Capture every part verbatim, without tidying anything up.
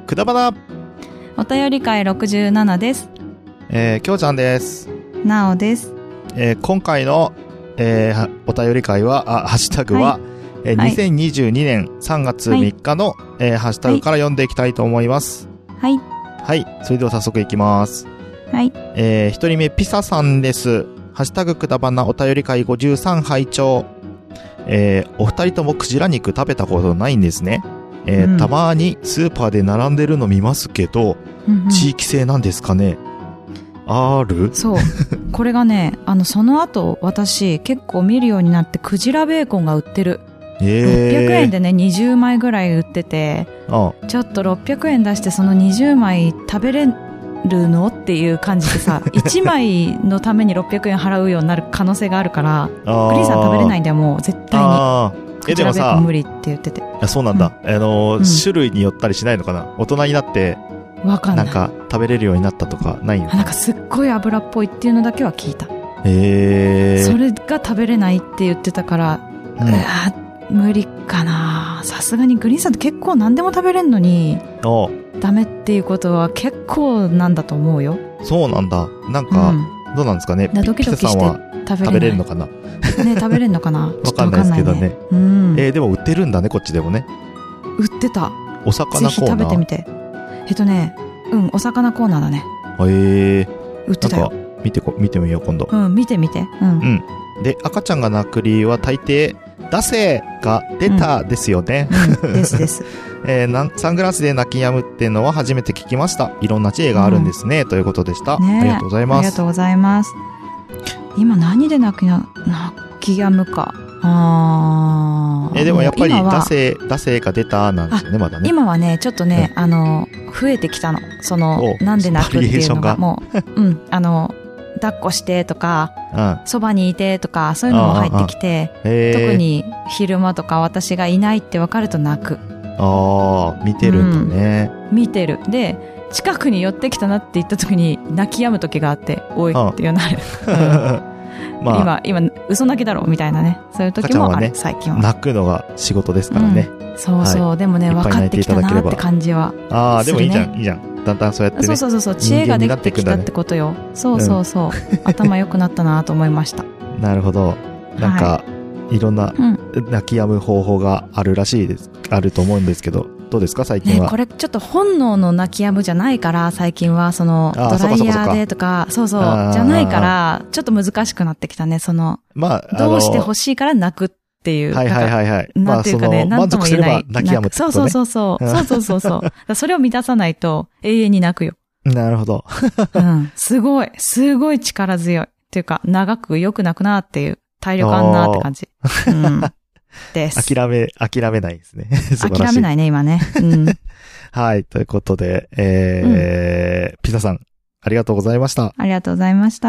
くだばなお便り会ろくじゅうななです。 えー、きょうちゃんです。 なおです。 えー、今回の、えー、お便り会は、あ、ハッシュタグは、はいえーはい、にせんにじゅうにねんさんがつみっかの、はいえー、ハッシュタグから読んでいきたいと思います。 はい。 はい。それでは早速いきます。 はい。 えー、一人目、ピサさんです。ハッシュタグくだばなお便り会ごじゅうさん拝聴。えー、お二人ともクジラ肉食べたことないんですね。えーうん、たまにスーパーで並んでるの見ますけど、うんうん、地域性なんですかね。ある？ そう。これがね、あの、その後、私、結構見るようになって、クジラベーコンが売ってる。えー、ろっぴゃくえんでね、にじゅうまいぐらい売ってて、ああちょっとろっぴゃくえん出して、そのにじゅうまい食べれるのっていう感じでさ、いちまいのためにろっぴゃくえん払うようになる可能性があるから、グリーンさん食べれないんだよ、もう、絶対に。あクジラベーコン無理って言ってて。 いやそうなんだ。うん、あの、うん、種類によったりしないのかな。大人になって、 わかんない。 なんか食べれるようになったとかないのかな。 なんかすっごい油っぽいっていうのだけは聞いた。 へー。 それが食べれないって言ってたから、うん、うわ無理かな。さすがにグリーンさんって結構何でも食べれんのに、ダメっていうことは結構なんだと思うよ。 そうなんだ。なんか、うん、どうなんですかね。 ドキドキして食べれるのかな。 ね食べれるのかな。 わかんないですけどね。 うん、 えー、でも売ってるんだね、こっちでもね。 売ってた。 お魚コーナー。ぜひ食べてみて。えっとね、うん、お魚コーナーだね。 へえー。 売ってたよ。 なんか見てこ、見てみよう、今度。 うん、見てみて。うん。 うん。で、赤ちゃんが泣く理由は大抵、出せが出たですよね。 うんうん、ですです。 えー、サングラスで泣き止むっていうのは初めて聞きました。いろんな知恵があるんですね。うん、ということでした、ね。ありがとうございます。 ありがとうございます。今何で泣きな、泣き止むか。あえー、でもやっぱり出せ、出せが出たなんですよね、まだね。 今はね、ちょっとね、うん、あの、増えてきたの。その、なんで泣くっていうのが、もう、うん、あの、抱っこしてとか、そばにいてとか、そういうのも入ってきて、特に昼間とか私がいないって分かると泣く。 ああ、見てるんだね、 うん。見てる。で、近くに寄ってきたなって言った時に泣き止む時があって、おいって言うなる。まあ、今、今、嘘泣きだろみたいなね。そういう時もある、ね、最近は。 泣くのが仕事ですからね。 うん、そうそう、はい。でもね、分かってきたなって感じは、ね。 ああ、でもいいじゃん、いいじゃん。だんだんそうやってね。 そうそうそうそう、知恵ができてきたってことよ。そうそうそう。うん、頭良くなったなと思いました。 なるほど。なんか、はい、いろんな泣き止む方法があるらしいです。あると思うんですけど。どうですか最近は。 ね、これちょっと本能の泣き止むじゃないから最近はそのドライヤーでとかそうそうじゃないからちょっと難しくなってきたね。その、まあ、どうして欲しいから泣くっていう。 はいはいはいはい。 なんていうかね、 まあ、満足すれば泣き止むってことね。 そうそうそうそう。そうそうそうそう。それを満たさないと永遠に泣くよ。 なるほど。 うん。すごい、すごい力強い。っていうか長くよく泣くなっていう体力あんなって感じ。うん。です。 諦め、諦めないですね。素晴らしい。 諦めないね、今ね。うん。 はい。ということで、えー、うん、ピザさん、ありがとうございました。 ありがとうございました。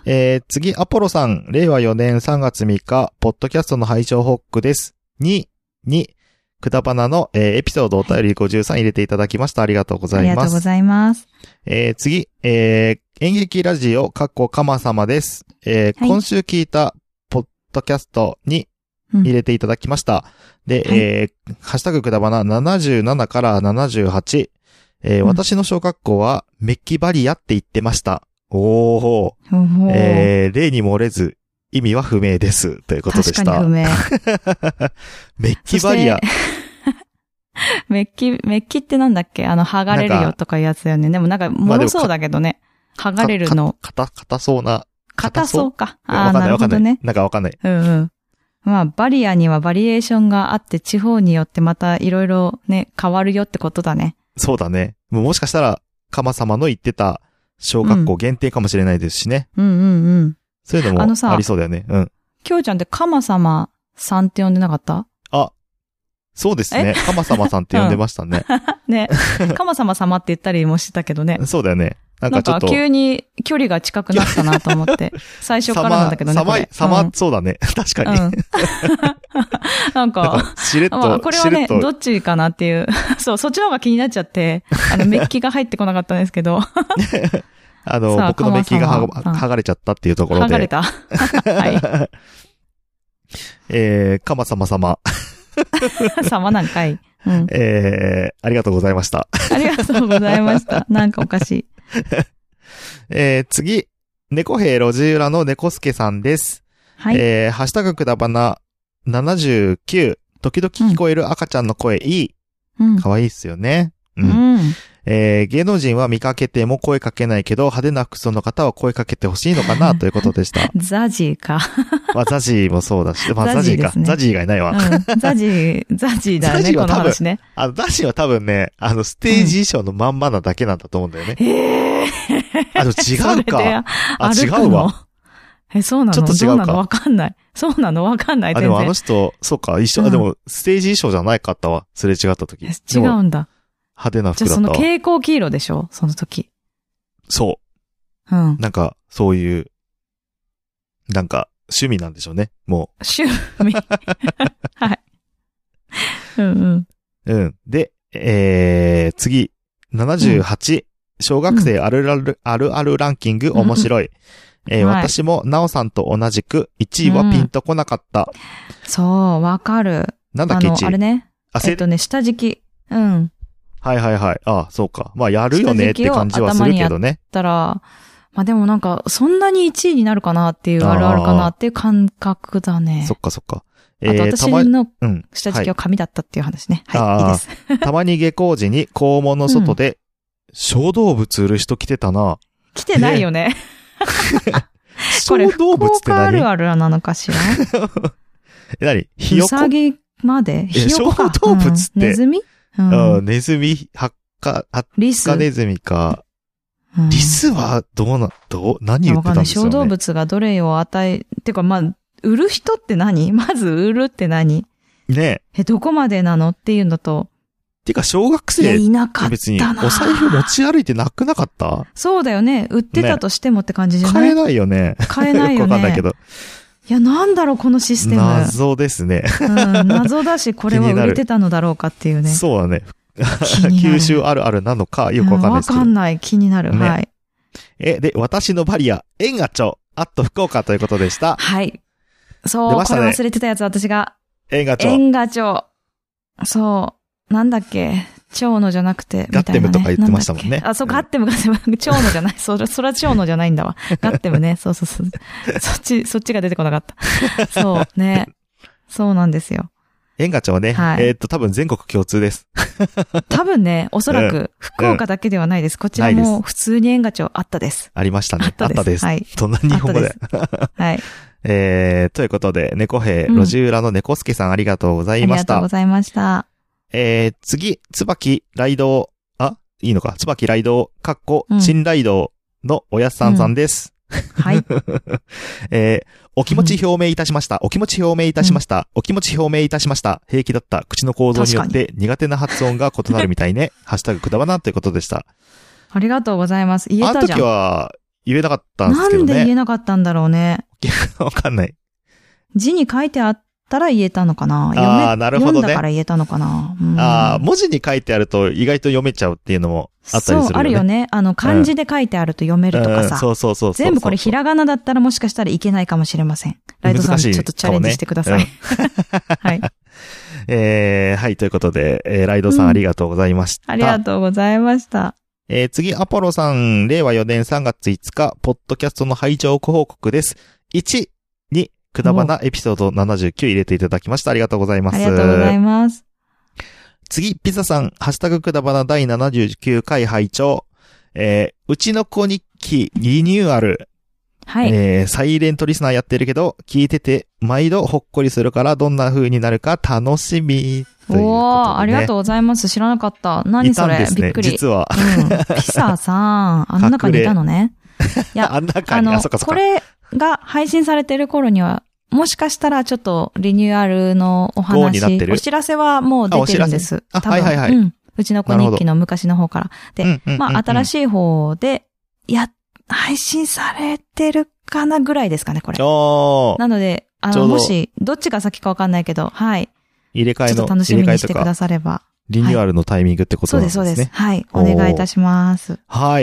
えー、次、アポロさん、れいわよねんさんがつみっか、ポッドキャストの拝聴報告です。に、に、くだばなの、えー、エピソードお便りごじゅうさん入れていただきました。ありがとうございます。ありがとうございます。 えー、次、えー、演劇ラジオ、かっこかま様です。えーはい、今週聞いた、ポッドキャストに、入れていただきました。うん、で、はい、えー、ハッシュタグくだばなななじゅうななからななじゅうはち。えーうん、私の小学校はメッキバリアって言ってました。おー。えー、例に漏れず、意味は不明です。ということでした。 確かに不明。 メッキバリア。 メッキ、メッキってなんだっけあの、剥がれるよとかいうやつだよね。でもなんか、脆そうだけどね。剥がれるの。 か、か、硬そうな。 硬そうか。ああ、なるほどね。 なんかわかんない。 うんうん。まあ、バリアにはバリエーションがあって、地方によってまたいろいろね、変わるよってことだね。 そうだね。もうもしかしたら、カマ様の言ってた小学校限定かもしれないですしね。 うん、うんうんうん。 そういうのもありそうだよね。うん。 きょうちゃんってカマ様さんって呼んでなかった？ あ、そうですね。カマ様さんって呼んでましたね。 うん、ね。カマ様様って言ったりもしてたけどね。 そうだよね。なんかちょっと。 なんか急に距離が近くなったなと思って。最初からなんだけどね。 様、様、様、そうだね。確かに。うん、 なんか、 なんかしれっと、 まあ、これはね、どっちかなっていう。そう、そっちの方が気になっちゃって、あの、メッキが入ってこなかったんですけど。 あの、僕のメッキがは剥がれちゃったっていうところで。 剥がれた。はい。 えー、かまさま様。 様なんかい。ううん、 えー、ありがとうございました。 ありがとうございました。なんかおかしい。 えー、次、猫兵路地裏の猫助さんです。はい。えー、ハッシュタグくだばなななじゅうきゅう、時々聞こえる赤ちゃんの声いい。うん。かわいいっすよね。うん。うん、えー、芸能人は見かけても声かけないけど、派手な服装の方は声かけてほしいのかなということでした。 ザジーか。 まあ、ザジーもそうだし、まあ、ザジーか。ザジー以外ないわ。 うん、ザジー、ザジーだよね、この話ね。 あの、ザジーは多分ね、あの、ステージ衣装のまんまなだけなんだと思うんだよね。 うん、へー。 あ、でも違うか。あ、違うわ。 え、そうなの？ちょっと違うか。どうなのわかんない。そうなのわかんない。 あ、でもあの人、そうか、一緒、うん、でも、ステージ衣装じゃないかったわ。すれ違った時。 違うんだ。 派手な服だったわ。 じゃあその蛍光黄色でしょ？その時。 そう。うん。なんか、そういう、なんか、趣味なんでしょうね。もう。 趣味。はい。うんうん。 うん。で、えー、次、ななじゅうはち、うん、小学生あるある、うん、あるあるランキング面白い。うんえーはい、私もなおさんと同じくいちいはピンとこなかった。 うん、そう、わかる。 なんだっけいちい。 あの、あれね。えっとね、下敷き。うん。 はいはいはい。ああ、そうか。まあ、やるよねって感じはするけどね。 やったら、まあでもなんか、そんなにいちいになるかなっていう、あるあるかなっていう感覚だね。 そっかそっか。 えー、あと私の下敷きは紙だったっていう話ね。うん、はい、はい、いいです。 たまに下校時に校門の外で、小動物売る人来てたな。 来てないよね。 小動物って何？ あるあるなのかしらえ、何？ひよこ？ うさぎまで？ ひよこか。小動物って。 うん、ネズミ？ うん、うん、ネズミ、ハッカ、ハッカネズミか。うん、リスはどうな、どう、何言ってたんですかね。 小動物がどれを与え、てかまあ、売る人って何？まず売るって何？ ねえ。え、どこまでなのっていうのと。 てか、小学生いなかったな。 別に、お財布持ち歩いてなくなかった？ そうだよね。売ってたとしてもって感じじゃない？ 買えないよね。 買えないよね。 よくわかんないけど。 いや、なんだろう、このシステム。 謎ですね。 うん、謎だし、これは売れてたのだろうかっていうね。 そうだね。九州あるあるなのか、よくわかんないですけど。 わかんない。気になる。ね、はい。 え、で、私のバリア、縁がちょ、あっと福岡ということでした。 はい。そう、ね、これ忘れてたやつ、私が。 縁がちょ。 縁がちょ。そう。なんだっけ。蝶野じゃなくて、みたいな、ね。 ガッテムとか言ってましたもんね。 あ、そう、ガッテム、ガッテム、蝶野じゃない。それ、それは蝶野じゃないんだわ。ガッテムね。そうそうそう。そっち、そっちが出てこなかった。そうね。そうなんですよ。 縁がちょはね、はい、えー、っと、多分全国共通です。 多分ね、おそらく、福岡だけではないです。こちらも普通に縁がちょあったです。 ありましたね。あったです。あったです。 はい。 どんな日本語で。 はい。 えー、ということで、猫兵、路地裏の猫助さんありがとうございました。 ありがとうございました。 えー、次、椿雷道、あ、いいのか、椿雷道、かっこ、新雷道のおやっさんさんです。 うん、はい。 えー、お気持ち表明いたしました。お気持ち表明いたしました。お気持ち表明いたしました。平気だった。口の構造によって苦手な発音が異なるみたいね。ハッシュタグくだばなということでした。 ありがとうございます。言えたじゃん。 あの時は言えなかったんですけどね。 なんで言えなかったんだろうね。 わかんない。 字に書いてあったら言えたのかな。 ああ、なるほどね。 読んだから言えたのかな。 うん、ああ、文字に書いてあると意外と読めちゃうっていうのもあったりするよね。 そう、あるよね。あの、漢字で書いてあると読めるとかさ。 うんうん、そうそうそうそう。 全部これひらがなだったらもしかしたらいけないかもしれません。ライトさん、ちょっとチャレンジしてください。ねうん、はい。 えー、はい、ということで、えー、ライドさんありがとうございました。 うん、ありがとうございました。 えー、次、アポロさん、れいわよねんさんがついつか、ポッドキャストの拝聴ご報告です。いちに、くだばなエピソードななじゅうきゅう入れていただきました。ありがとうございます。 ありがとうございます。 次、ピザさん、ハッシュタグくだばなだいななじゅうきゅうかい拝聴えー、うちの子日記リニューアル。 はい。 えー、サイレントリスナーやってるけど、聞いてて、毎度ほっこりするから、どんな風になるか楽しみ。ということでね、 おー、ありがとうございます。知らなかった。何それ、ね、びっくり。 実は。 うん。ピサさん、あの中にいたのね。 いや、あん中に、あ、そっかそっか。 これが配信されてる頃には、もしかしたらちょっとリニューアルのお話、お知らせはもう出てるんです。 あ、はいはいはい。うん。 うちの子日記の昔の方から。で、うんうんうんうん、まあ新しい方で、や、配信されてるかなぐらいですかね、これ。なので、あの、もし、どっちが先かわかんないけど、はい。 入れ替えの、 ちょっと楽しみにしてくだされば。 リニューアルのタイミングってことなんですね。 そうです、そうです。はい。お願いいたします。 はい。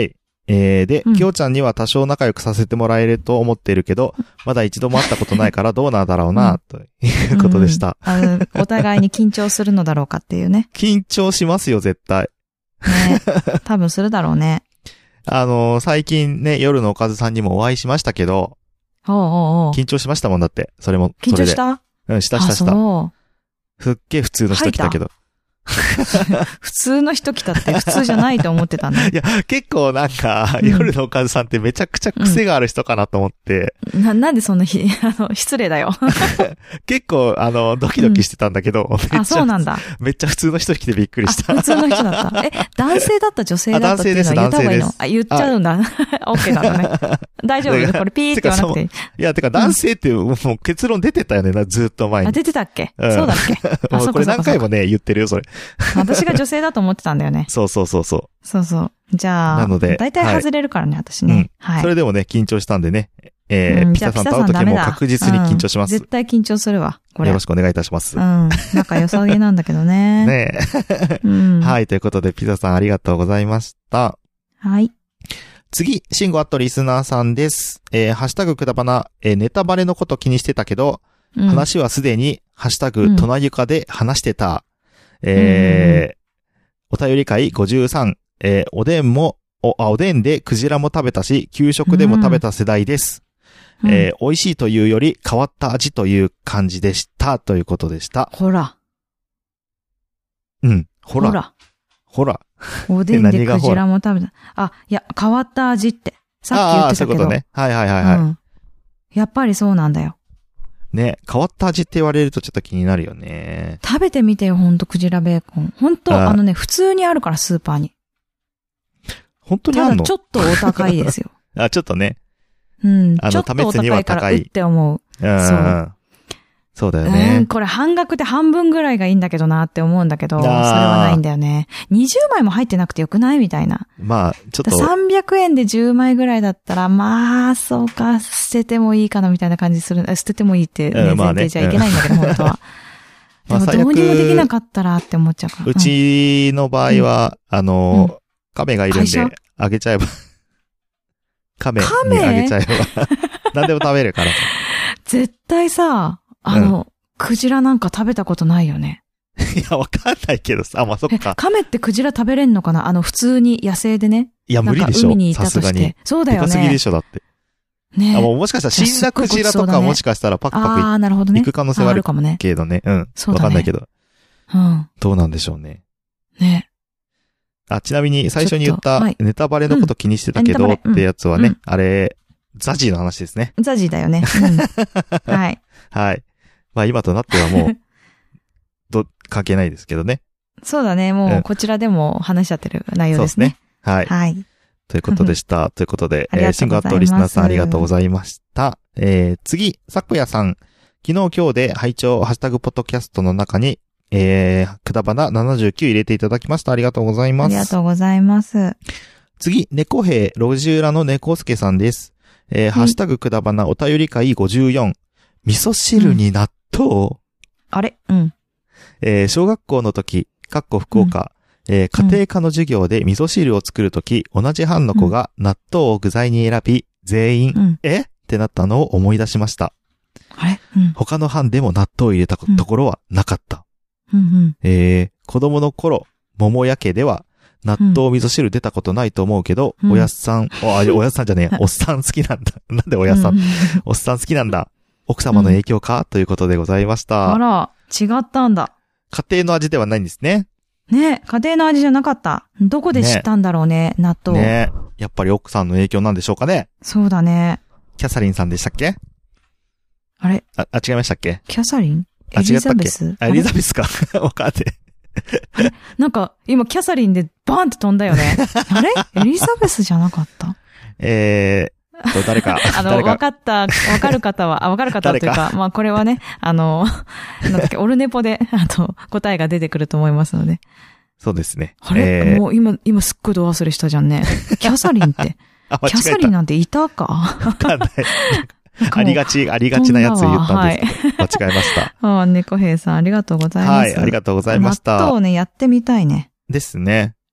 えー、で、 うんきょうちゃんには多少仲良くさせてもらえると思っているけど、まだ一度も会ったことないからどうなんだろうな、うん、ということでした、 うんうん、あの。お互いに緊張するのだろうかっていうね。 緊張しますよ、絶対。 ね。多分するだろうね。 あのー、最近ね、夜のおかずさんにもお会いしましたけど、 おうおうおう緊張しましたもんだって、それも。 緊張した？ うん、したしたした。すっげえ普通の人来たけど。 普通の人来たって普通じゃないと思ってたんだ。 いや、結構なんか、うん、夜のおかずさんってめちゃくちゃ癖がある人かなと思って。 うん、な、なんでそんなひ、あの、失礼だよ。 結構、あの、ドキドキしてたんだけど、 うん、あ、そうなんだ。 めっちゃ普通の人来てびっくりした。 普通の人だった。え、男性だった女性だったっていうのは言った方がいいの？あ、言っちゃうんだ。オッケーなんだね。大丈夫？これピーって言わなくていい。いや、てか男性ってもう結論出てたよね、ずっと前に。 あ、出てたっけ？そうだっけ？ もうこれ何回もね、言ってるよ、それ。 私が女性だと思ってたんだよね。 そうそうそうそう。 そうそう。じゃあ、 なので、 大体外れるからね、はい、私ね、うんはい。それでもね、緊張したんでね、えー、うん、ピタさんと会うときも確実に緊張します、 うん。絶対緊張するわ、これ。 よろしくお願いいたします。 うん。仲良さげなんだけどね。 ねえ、うん。はい、ということで、ピタさんありがとうございました。 はい。 次、シンゴアットリスナーさんです。えー、ハッシュタグくだばな、えー、ネタバレのこと気にしてたけど、うん、話はすでに、ハッシュタグ、トナユカで話してた。うん、えー、お便り会ごじゅうさん、えー、おでんも、お、あ、おでんでクジラも食べたし、給食でも食べた世代です。うん、えー、美味しいというより変わった味という感じでした、ということでした。 ほら。 うん、ほら。 ほら。 ほら。 おでんでクジラも食べた。あ、いや、変わった味って。さっき言ってたけど。ああ、そういうことね。 はいはいはいはい、うん。 やっぱりそうなんだよ。 ね、変わった味って言われるとちょっと気になるよね。 食べてみてよ、ほんと、クジラベーコン。ほんと、あのね、普通にあるから、スーパーに。 本当にあるの？ ただちょっとお高いですよ。 あ、ちょっとね。 うん。 あの、試すには高い。 うって思う。 うん。そう。そうだよね。 うん、これ半額で半分ぐらいがいいんだけどなって思うんだけど、それはないんだよね。にじゅうまいも入ってなくてよくないみたいな。 まあ、ちょっと。 さんびゃくえんでじゅうまいぐらいだったら、まあ、そうか、捨ててもいいかなみたいな感じする。捨ててもいいって、ね、うん、前提じゃいけないんだけど、うん、本当は。でもどうにもできなかったらって思っちゃうから。 うちの場合は、うん、あの、うん、亀がいるんで、あげちゃえば。亀にあげちゃえば。何でも食べるから。 絶対さ、あの、うん、クジラなんか食べたことないよね。 いや、わかんないけどさ、まあ、そっか。 亀ってクジラ食べれんのかな？あの、普通に野生でね。 いや、無理でしょ。 海にいたとして。さすがに。そうだよね。 でかすぎでしょ、だって。 ねあ、もうもしかしたら死んだクジラとかもしかしたらパクパクああ、なるほどね。 行く可能性はあるかもね。けどね。うん。そうだね。わかんないけど。 うん。 どうなんでしょうね。 ね。 あ、ちなみに最初に言ったネタバレのこと気にしてたけどってやつはね、あれ、ザジーの話ですね。 ザジーだよね。はい。 はい。まあ今となってはもう、ど、関係ないですけどね。 そうだね。もうこちらでも話しちゃってる内容ですね。 そうですね。はい。 はい。 ということでした。ということで、えー、シンガーとリスナーさんありがとうございました。えー、次、さくやさん。昨日今日で拝聴ハッシュタグポッドキャストの中に、えー、くだばなななじゅうきゅう入れていただきました。ありがとうございます。ありがとうございます。 次、猫兵、路地裏の猫助さんです。えー、ハッシュタグくだばなお便り会ごじゅうよん。味噌汁に納豆、うん、 あれうん。 えー、小学校の時、かっこ福岡、うんえー、家庭科の授業で味噌汁を作るとき、同じ班の子が納豆を具材に選び、全員、うん、えってなったのを思い出しました。 あれ、うん、 他の班でも納豆を入れたところはなかった。 うんうん、 えー、子供の頃、桃屋家では、納豆味噌汁出たことないと思うけど、うん、おやっさん、お、あ、おやっさんじゃねえ、おっさん好きなんだ。なんでおやっさん、うん、おっさん好きなんだ。奥様の影響か、うん、ということでございました。 あら、違ったんだ。 家庭の味ではないんですね。 ね家庭の味じゃなかった。どこで知ったんだろうね、ね納豆。 ねやっぱり奥さんの影響なんでしょうかね。 そうだね。 キャサリンさんでしたっけ？ あれあ、あ違いましたっけ？ キャサリン？ エリザベス？あ、エリザベスか。わかんない。 なんか、今、キャサリンでバーンって飛んだよね。あれエリザベスじゃなかったえーと、誰か。 あの、わかった、わかる方は、あ、わかる方はというか、まあ、これはね、あの、なんだっけ、オルネポで、あと、答えが出てくると思いますので。 そうですね。 あれ、えー、もう今、今すっごい度忘れしたじゃんね。キャサリンって。 あ、間違えた。 キャサリンなんていたかわかんない。ありがち、ありがちなやつ言ったんですけど、はい、間違えました。 ああ、猫兵さんありがとうございます。 はい、ありがとうございました。 納豆をね、やってみたいね。 ですね。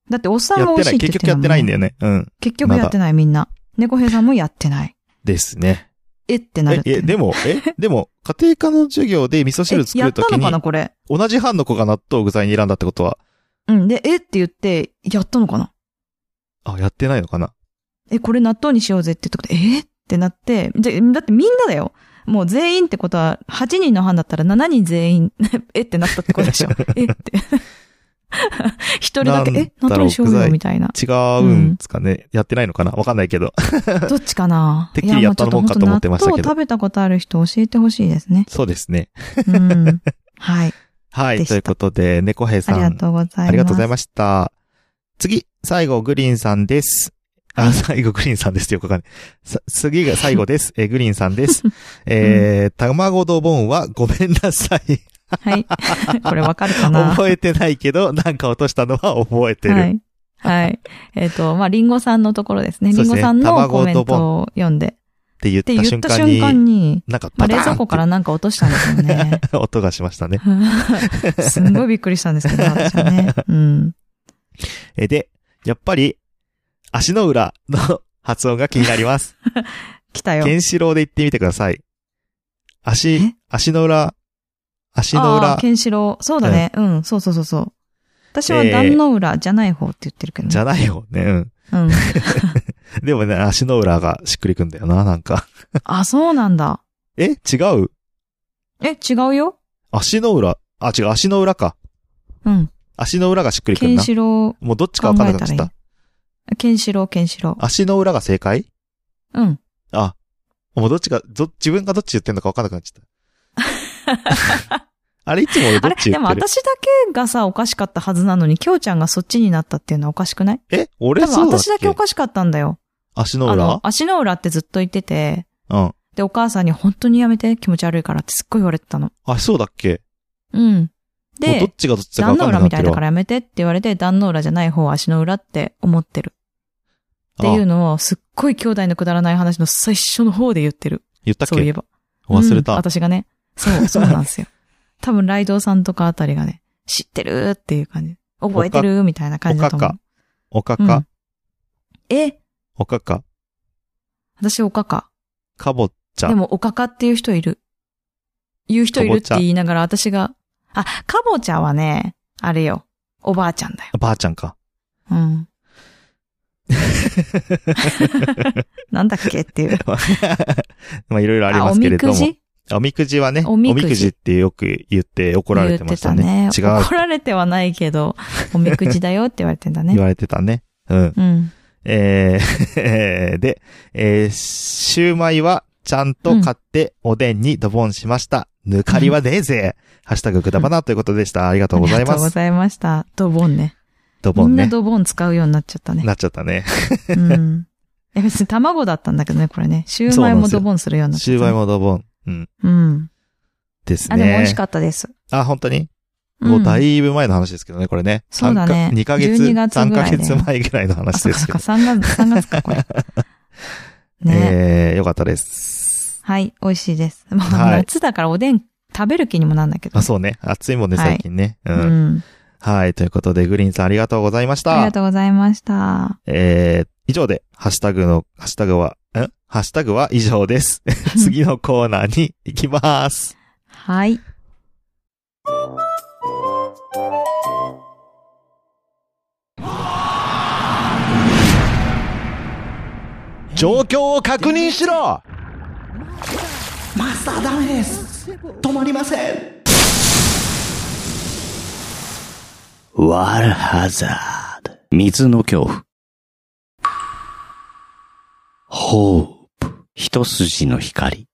だっておっさんも美味しいって言ってる結局やってないんだよね。うん。 結局やってないみんな。猫兵さんもやってない。 ですね。 えってなるって。 え、でも、え、でも、家庭科の授業で味噌汁作るときに。やったのかな、 これ。 同じ班の子が納豆を具材に選んだってことは。 うん。で、えって言って、やったのかな。 あ、やってないのかな。 え、これ納豆にしようぜって言ったことで、えってなって、で、だってみんなだよ。もう全員ってことは、はちにんの班だったらしちにん全員、えってなったってことでしょ。えって。一人だけ、え、納豆にしようよみたいな。 違うんですかね、うん。やってないのかなわかんないけど。 どっちかなてっきりやったもんかと思ってましたけど。 納豆を食べたことある人教えてほしいですね。 そうですね。 うん。はい。 はい。ということで、猫兵さん。 ありがとうございます。 ありがとうございました。次、最後、グリーンさんです。あ、最後、グリーンさんですよ、ここね。次が最後です。え、グリーンさんです。えー、卵ドボンはごめんなさい。 はい。これわかるかな覚えてないけど、なんか落としたのは覚えてる。 はい。はい。えっ、ー、と、まあ、リンゴさんのところですね。リンゴさんのコメントを読んで。 って言った瞬間に。って言った瞬間に、なんかまあ、冷蔵庫からなんか落としたんですよね。 音がしましたね。 すんごいびっくりしたんですけど、私はね。うん。 え、で、やっぱり、足の裏の発音が気になります。 来たよ。 ケンシロウで言ってみてください。足、足の裏、足の裏。 ああ、ケンシロウ。そうだね、うん。うん。そうそうそうそう。私は壇の裏じゃない方って言ってるけどね。 じゃない方ね。うん。うん。でもね、足の裏がしっくりくんだよな、なんか。 あ、そうなんだ。 え違うえ違うよ。 足の裏。あ、違う、足の裏か。 うん。 足の裏がしっくりくんな。 ケンシロウ。 もうどっちか分からなくなっちゃった。 ケンシロウ、ケンシロウ。 足の裏が正解？ うん。 あ、もうどっちが、ど、自分がどっち言ってんのか分からなくなっちゃった。あれいつも俺どっち言ってる？ でも私だけがさ、おかしかったはずなのに、きょうちゃんがそっちになったっていうのはおかしくない？ え俺そうだっけ？ 多分私だけおかしかったんだよ。 足の裏？あの、 足の裏ってずっと言ってて。 うん。 で、お母さんに本当にやめて、気持ち悪いからってすっごい言われてたの。 あ、そうだっけ？ うん。で、 どっちがどっちか分かんなくなってるわ。 壇の裏みたいだからやめてって言われて、壇の裏じゃない方は足の裏って思ってる。っていうのを、すっごい兄弟のくだらない話の最初の方で言ってる。 言ったっけ？ そういえば。 忘れた。 うん、私がね。そう、そうなんですよ。多分、ライドウさんとかあたりがね、知ってるっていう感じ。覚えてるみたいな感じだと思う。 おかか。おかか。 うん、えおかか。 私、おかか。 かぼちゃ。 でも、おかかっていう人いる。言う人いるって言いながら、私が、あ、かぼちゃはね、あれよ。おばあちゃんだよ。 おばあちゃんか。 うん。なんだっけっていう。 まあいろいろありますけれども。 おみくじ？ おみくじはね、おみくじってよく言って怒られてましたね。 言ってたね。 違う。 怒られてはないけど、おみくじだよって言われてんだね。 言われてたね。うん。 うん。 えー、で、えー、シューマイはちゃんと買っておでんにドボンしました。うん、ぬかりはねえぜ。ハッシュタグくだばなということでした。ありがとうございます。ありがとうございました。ドボンね。 ドボンね。 みんなドボン使うようになっちゃったね。 なっちゃったね。 うん。え、別に卵だったんだけどね、これね。シューマイもドボンするようになっちゃった、ね。 シューマイもドボン。うん。 うん。 ですね。 あ、でも美味しかったです。 あ、本当に、うん、もうだいぶ前の話ですけどね、これね。 そうだね。 にかげつ、さんかげつまえぐらいの話ですけど。 あ、そうか、さんがつ、さんがつか、これ。 ねえー、よかったです。 はい、美味しいです。もう夏だからおでん食べる気にもなんだけど、ね。 あ、そうね。暑いもんね、最近ね。 はい、うん。うん。 はい。ということで、グリーンさんありがとうございました。 ありがとうございました。 えー、以上で、ハッシュタグの、ハッシュタグは、んハッシュタグは以上です。次のコーナーに行きます。 はい。 状況を確認しろ。 マスターダメです。止まりません。 ワールハザード。水の恐怖。ホープ。一筋の光。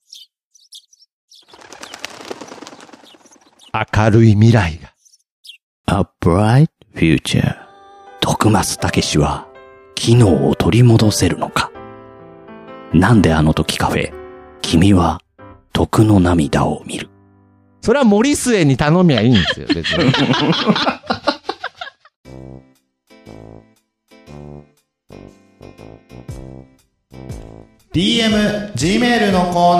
明るい未来が。 A bright future。徳松武史は機能を取り戻せるのか。なんであの時カフェ、君は徳の涙を見る。 それは森末に頼みゃいいんですよ、別に。 ディーエム、ジーメール のコー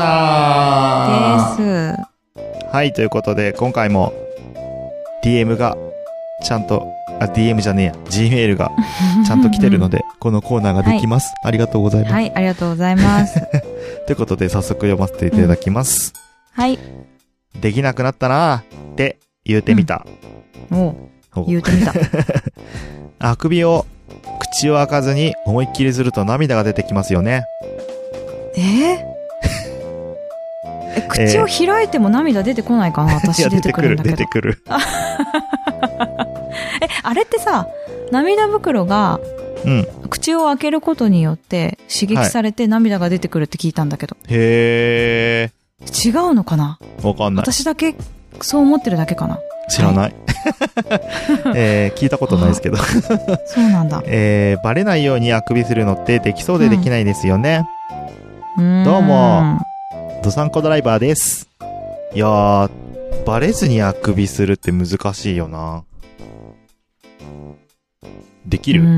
ナーです。 はい、ということで、今回も ディーエム がちゃんと、あ、ディーエム じゃねえや、Gmail がちゃんと来てるので、このコーナーができます。はい、ありがとうございます。 はい、ありがとうございます。 ということで、早速読ませていただきます。 うん、はい。 できなくなったなーって言うてみた。 うん、おう、言うてみた。 あくびを口を開かずに思いっきりすると涙が出てきますよね。 えーえ、口を開いても涙出てこないかな、私出てくるんだけど。 出てくる、出てくる。 え、あれってさ、涙袋が、うん、口を開けることによって刺激されて涙が出てくるって聞いたんだけど。 はい、へー。違うのかな？ わかんない。 私だけ、そう思ってるだけかな。 知らない。はい、えー、聞いたことないですけど。 そうなんだ。 えー、バレないようにあくびするのってできそうでできないですよね。うん、どうも。ドサンコドライバーです。いやー、バレずにあくびするって難しいよな。できる？うん。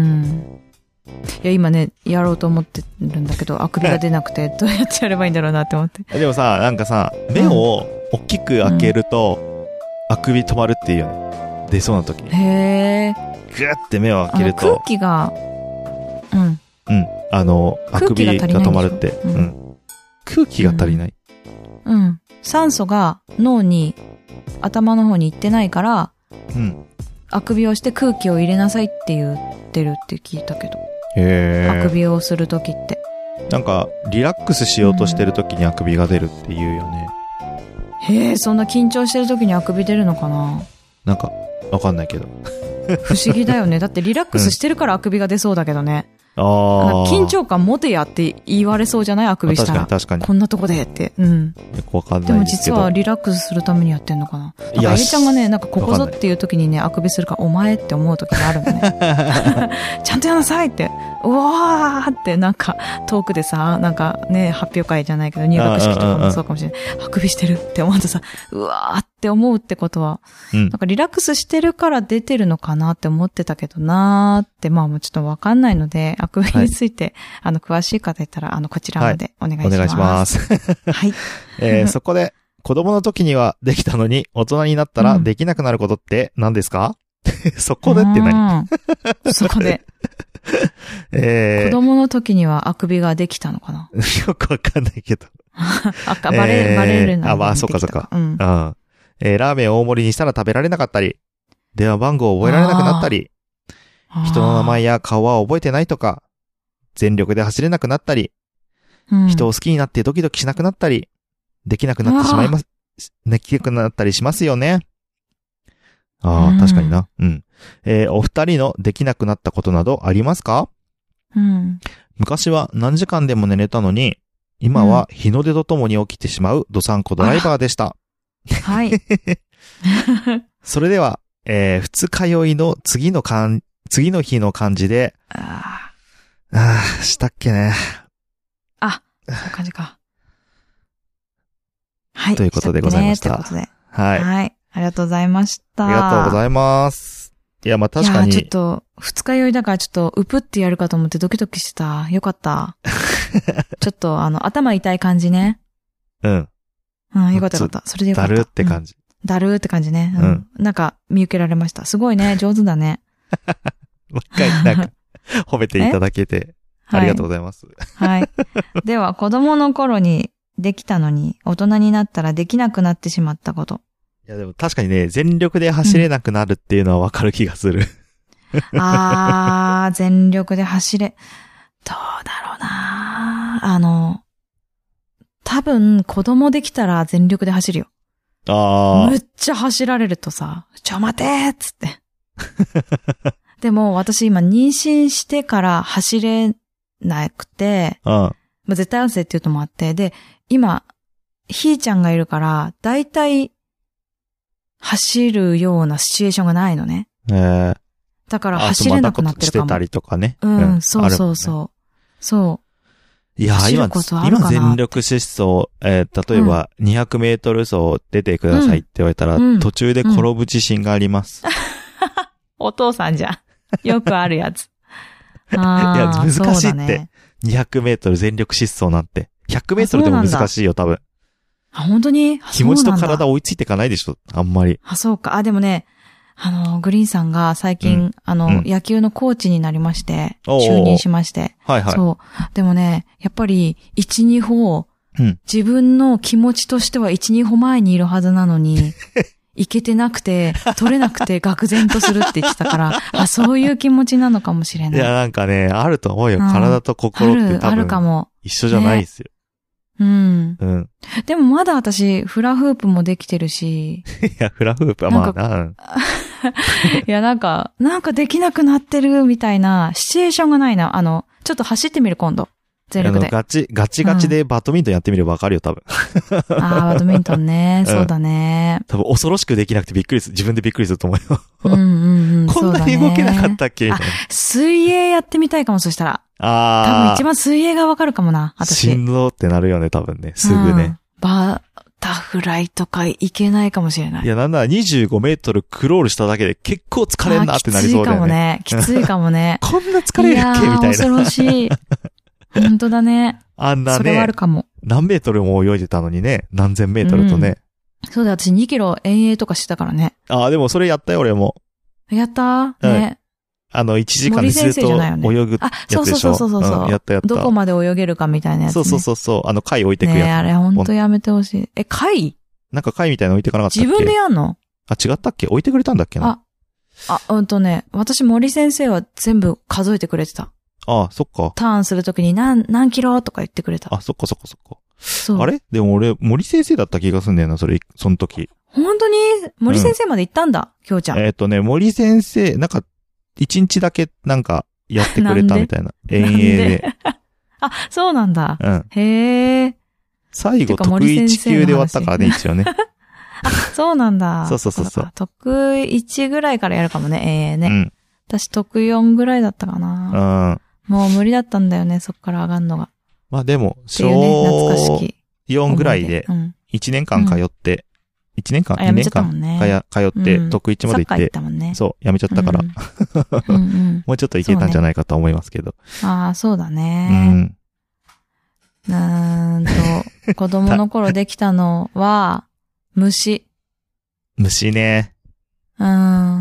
いや、今ね、やろうと思ってるんだけど、あくびが出なくて、どうやってやればいいんだろうなって思って。 でもさ、なんかさ、目を大きく開けると、うん、あくび止まるっていうよね。出そうな時に。 へー。 ぐーって目を開けると。 空気が、うん。 うん。あの、あくびが止まるって。うん。うん、空気が足りない、 うん、うん。酸素が脳に、頭の方に行ってないから、うん。あくびをして空気を入れなさいって言ってるって聞いたけど。 へー。 あくびをするときって。 なんか、リラックスしようとしてるときにあくびが出るって言うよね。 うん、へー、そんな緊張してるときにあくび出るのかな？ なんか、わかんないけど。 不思議だよね。だってリラックスしてるからあくびが出そうだけどね。 ああ。 緊張感持てやって言われそうじゃない？あくびしたら。 確かに確かに。 こんなとこでって。うん。 よくわかんないですけど。 でも実はリラックスするためにやってんのかな。なんか、えりちゃんがね、なんかここぞっていう時にね、あくびするからお前って思う時があるのね。ちゃんとやなさいって。うわーってなんか遠くでさ、なんかね、発表会じゃないけど入学式とかもそうかもしれない。あくびしてるって思うとさ、うわーって思うってことは、うん、なんかリラックスしてるから出てるのかなって思ってたけどなーって、まあもうちょっとわかんないので、あくびについて、はい、あの、詳しい方いたら、あの、こちらまでお願いします。はい、お願いします。 はい。えー、そこで、子供の時にはできたのに、大人になったらできなくなることって何ですか？うん、そこでって何？ そこで。えー、子供の時にはあくびができたのかな？ よくわかんないけど。 あか、バレ、えー、バレるな。 あ、まあ、そっかそっか。うん。うん。えー、ラーメンを大盛りにしたら食べられなかったり、電話番号を覚えられなくなったり、人の名前や顔は覚えてないとか、全力で走れなくなったり、うん、人を好きになってドキドキしなくなったり、できなくなってしまいます、できなくなったりしますよね。ああ、うん、確かにな。うん。えー、お二人のできなくなったことなどありますか？うん。昔は何時間でも寝れたのに、今は日の出とともに起きてしまうドサンコドライバーでした。 はい。 それでは、えー、二日酔いの次のかん、次の日の漢字で、ああ、したっけね。 あ、そういう感じか。はい。 ということでございました。 ということで。 はい。 はい。ありがとうございました。 ありがとうございます。いや、まあ、確かに。 いや、ちょっと、二日酔いだからちょっと、うぷってやるかと思ってドキドキしてた。よかった。ちょっと、あの、頭痛い感じね。 うん。 うん、よかったよかった。それでよかった。 だるって感じ。 うん、だるって感じね。うん。うん、なんか、見受けられました。すごいね。上手だね。 もう一回、なんか、褒めていただけて、ありがとうございます。 はい。はい。では、子供の頃にできたのに、大人になったらできなくなってしまったこと。 いや、でも確かにね、全力で走れなくなるっていうのはわかる気がする。 うん、あー、全力で走れ、どうだろうなあの、多分、子供できたら全力で走るよ。 あー。 むっちゃ走られるとさ、ちょ待てーっつって。でも、私今妊娠してから走れなくて、 うん。まあ、絶対安静っていうのもあって、で、今、ひーちゃんがいるから、だいたい、走るようなシチュエーションがないのね。 えー、 だから走れなくなってるかも。 してたりとかね。 うん、うん、そうそうそう。ね、そう。 いや、今、今全力疾走、えー、例えばにひゃくメートル走出てくださいって言われたら、うん、途中で転ぶ自信があります。うんうん、 お父さんじゃん。よくあるやつ。 あいや、難しいって、ね。にひゃくメートル全力疾走なんて。ひゃくメートルでも難しいよ、多分。 あ、本当に気持ちと体追いついていかないでしょ、あんまり。 あ、そうか。あ、でもね、 あの、グリーンさんが最近、うん、あの、うん、野球のコーチになりまして、 おー就任しまして。 はいはい。 そう。でもね、やっぱり、いち、に歩、うん、自分の気持ちとしてはいち、に歩前にいるはずなのに、いけてなくて、取れなくて愕然とするって言ってたから、あ、そういう気持ちなのかもしれない。 いや、なんかね、あると思うよ。うん、体と心って多分。ある、あるかも。一緒じゃないですよ。 ね、うん。 うん。 でもまだ私、フラフープもできてるし。 いや、フラフープはまあな。 いや、なんか、なんかできなくなってるみたいなシチュエーションがないな。あの、ちょっと走ってみる今度。全力で。 あの、ガチ、ガチガチでバドミントンやってみればわかるよ、多分。 ああ、バドミントンね。そうだね。 多分恐ろしくできなくてびっくりする。自分でびっくりすると思うよ。 うんうんうん。 こんなに動けなかったっけみたいな。 水泳やってみたいかも、そしたら。 ああ。 多分一番水泳がわかるかもな、私。 しんどってなるよね、多分ね。すぐね。 バタフライとかいけないかもしれない。 いや、なんならにじゅうごメートルクロールしただけで結構疲れんなってなりそうだよね。 きついかもね。きついかもね。 こんな疲れるっけみたいな。いや恐ろしい。本当だね。 あんなね。 それはあるかも。 何メートルも泳いでたのにね。何千メートルとね。 うん、そうだ、私にキロ遠泳とかしてたからね。 ああ、でもそれやったよ、俺も。 やったね、はい。 あの、いちじかんでずっと泳ぐやつでしょ。ね、あ、 そうそうそうそうそう、うん。 やったやった。 どこまで泳げるかみたいなやつ、ね。 そうそうそうそう。あの、貝置いてくやつ。 ねあれほんとやめてほしい。え、貝なんか貝みたいなの置いてかなかったっけ？ 自分でやんの？ あ、違ったっけ？置いてくれたんだっけな？ あ、あ、うんとね、私森先生は全部数えてくれてた。 ああ、そっか。 ターンするときに何、何キロとか言ってくれた。 あ、そっかそっかそっか。そう。あれでも俺、森先生だった気がすんだよな、それ、その時。 本当に森先生まで行ったんだ、きょうちゃん。 えっとね、森先生、なんか、一日だけなんか、やってくれたみたいな。遠泳で。 あ、そうなんだ。 うん。 へえ。 最後、得意いち級で終わったからね、一応ね。 あ、そうなんだ。 そうそうそうそう。 得意いちぐらいからやるかもね、遠泳ね。 うん。 私得意よんぐらいだったかな。 うん。 もう無理だったんだよね、そっから上がんのが。 まあでも、小よんぐらいで、いちねんかん通って、いちねんかん、にねんかん通って、得意いちまで行って、そう、やめちゃったから、もうちょっといけたんじゃないかと思いますけど。 ああ、そうだね。うーんと、子供の頃できたのは、虫。 虫ね。 うん、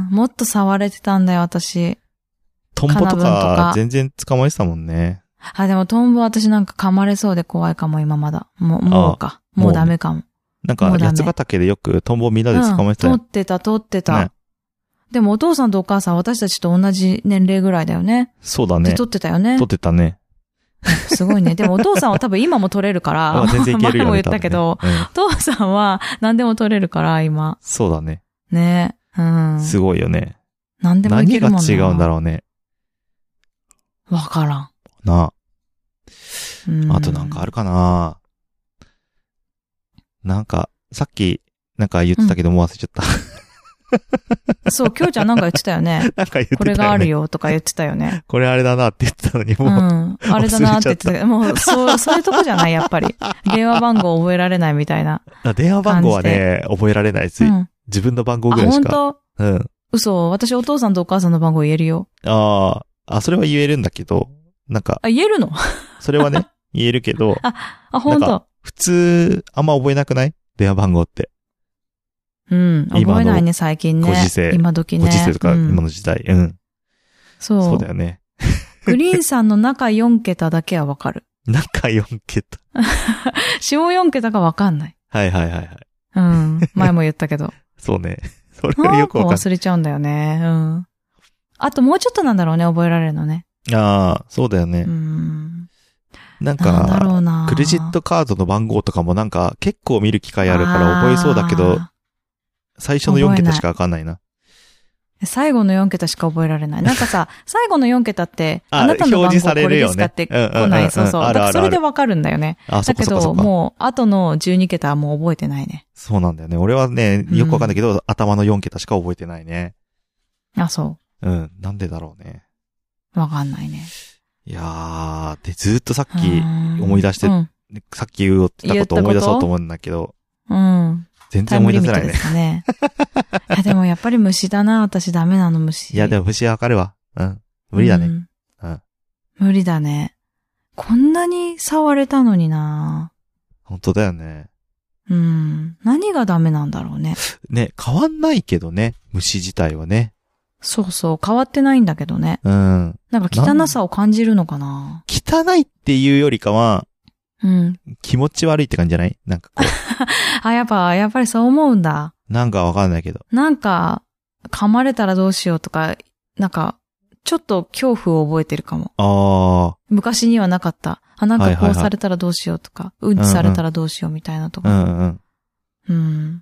もっと触れてたんだよ、私。 トンボとか全然捕まえてたもんね。 あ、でもトンボ私なんか噛まれそうで怖いかも、今まだ。もう、もうか。もうダメかも。 なんか、八ヶ岳でよくトンボみんなで捕まえてたよ。 うん、取ってた、取ってた。ね、でもお父さんとお母さん私たちと同じ年齢ぐらいだよね。 そうだね。 で、取ってたよね。 取ってたね。 すごいね。でもお父さんは多分今も取れるから、 全然いけるよね。 前も言ったけど、ねうん、お父さんは何でも取れるから、今。 そうだね。 ね。うん。 すごいよね。 何でもいけるもんな。 何が違うんだろうね。 わからん。 なあ。あとなんかあるかな。なんか、さっき、なんか言ってたけどもう忘れちゃった。 そう、きょうちゃんなんか言ってたよね。 なんか言ってたよね。 これがあるよとか言ってたよね。 これあれだなって言ってたのにもう。うん。 あれだなって言ってたけど、もう、そう、そういうとこじゃない、やっぱり。電話番号覚えられないみたいな。 電話番号はね、覚えられないし、うん、自分の番号ぐらいしか。 あ、本当？うん。 嘘、私お父さんとお母さんの番号言えるよ。 ああ、あ、それは言えるんだけど、なんか。 あ、言えるの？ それはね、言えるけど。 あ、あ、本当。 普通、あんま覚えなくない？電話番号って。 うん。覚えないね、最近ね。 ご時世。 今時ね。 ご時世とか、今の時代。うん。 そう。 そうだよね。 グリーンさんの中よん桁だけはわかる。 中よん桁。 下よん桁がわかんない。 はいはいはいはい。 うん。前も言ったけど。 そうね。それはよくわかんない。 忘れちゃうんだよね。うん。あともうちょっとなんだろうね、覚えられるのね。 ああ、そうだよね。 うん。 なんか、なんだろうな、クレジットカードの番号とかもなんか結構見る機会あるから覚えそうだけど、最初のよん桁しかわかんないな。 最後のよん桁しか覚えられない。なんかさ、最後のよん桁って、あなたの番号これですかって来ない。そうそう。だからそれでわかるんだよね。だけど、もう、後のじゅうに桁はもう覚えてないね。 そうなんだよね。俺はね、よくわかんないけど、うん、頭のよん桁しか覚えてないね。 あ、そう。 うん。なんでだろうね。 わかんないね。 いやー、で、ずっとさっき思い出して、うん、さっき言ったことを思い出そうと思うんだけど。 うん。 全然思い出せないね。 ですかね。いやでもやっぱり虫だな、私ダメなの虫。 いやでも虫わかるわ。うん。無理だね。うん。うん、 無理だね。こんなに触れたのにな。 本当だよね。 うん。何がダメなんだろうね。 ね、変わんないけどね、虫自体はね。 そうそう、変わってないんだけどね。 うん。 なんか汚さを感じるのかな。 汚いっていうよりかは、 うん。 気持ち悪いって感じじゃない？なんかこう。 あ、やっぱ、やっぱりそう思うんだ。 なんかわかんないけど。 なんか、噛まれたらどうしようとか、なんか、ちょっと恐怖を覚えてるかも。 ああ。 昔にはなかった。あ、なんかこうされたらどうしようとか、はいはいはい、うんちされたらどうしようみたいなとか。 うんうん。 うん。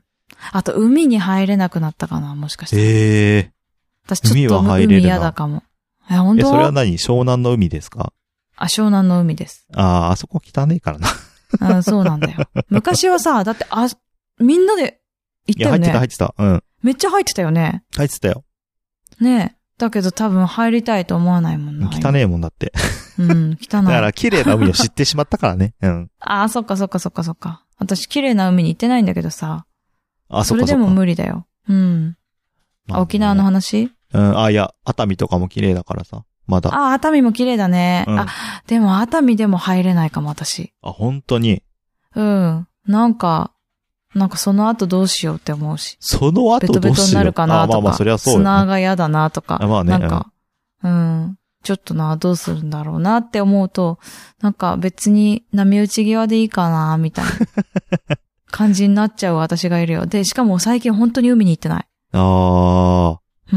あと、海に入れなくなったかな、もしかして。 へえ。 私ちょっと海嫌だかも。え、本当？ え、それは何？湘南の海ですか？ あ、湘南の海です。 ああ、あそこ汚ねえからな。 あ、そうなんだよ。昔はさ、だって、あ、みんなで行ったよね。 いや、入ってた、入ってた。うん。 めっちゃ入ってたよね。 入ってたよ。 ねえ。だけど多分入りたいと思わないもんな。 汚ねえもんだって。 うん、汚い。 だから綺麗な海を知ってしまったからね。うん。 ああ、そっかそっかそっかそっか。私綺麗な海に行ってないんだけどさ。 あ、そっかそっか。 それでも無理だよ。うん。まあね、沖縄の話？ うん、あ、いや、熱海とかも綺麗だからさ。まだ。 あ、熱海も綺麗だね。うん、あ、でも熱海でも入れないかも、私。 あ、本当に？ うん。なんか、なんかその後どうしようって思うし。 その後どうしよう。ベトベトになるかなとか。 あ、まあまあそりゃそうよ、ね。 砂が嫌だなとか。 あ、まあね。 なんか、うん、うん。ちょっとな、どうするんだろうなって思うと、なんか別に波打ち際でいいかな、みたいな感じになっちゃう私がいるよ。で、しかも最近本当に海に行ってない。 ああ。 うん。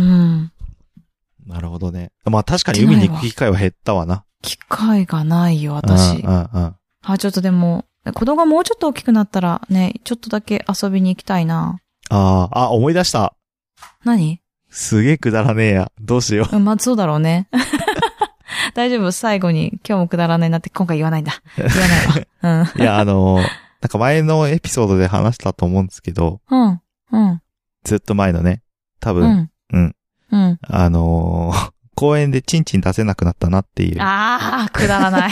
なるほどね。まあ確かに海に行く機会は減ったわな。 機会がないよ、私。 うんうんうん。 あ、ちょっとでも、子供がもうちょっと大きくなったらね、ちょっとだけ遊びに行きたいな。 ああ、あ、思い出した。 何？ すげえくだらねえや。どうしよう。 うん、まあそうだろうね。大丈夫、最後に今日もくだらないなって今回言わないんだ。言わないわ。うん。 いや、あのー、なんか前のエピソードで話したと思うんですけど。 うん。うん。 ずっと前のね。多分。うん。うん。うん、あのー、公園でチンチン出せなくなったなっていう。 ああ、くだらない。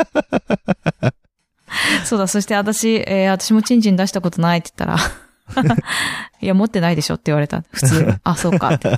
そうだ、そして私、えー、私もチンチン出したことないって言ったら、いや、持ってないでしょって言われた。普通。あ、そうかって言って。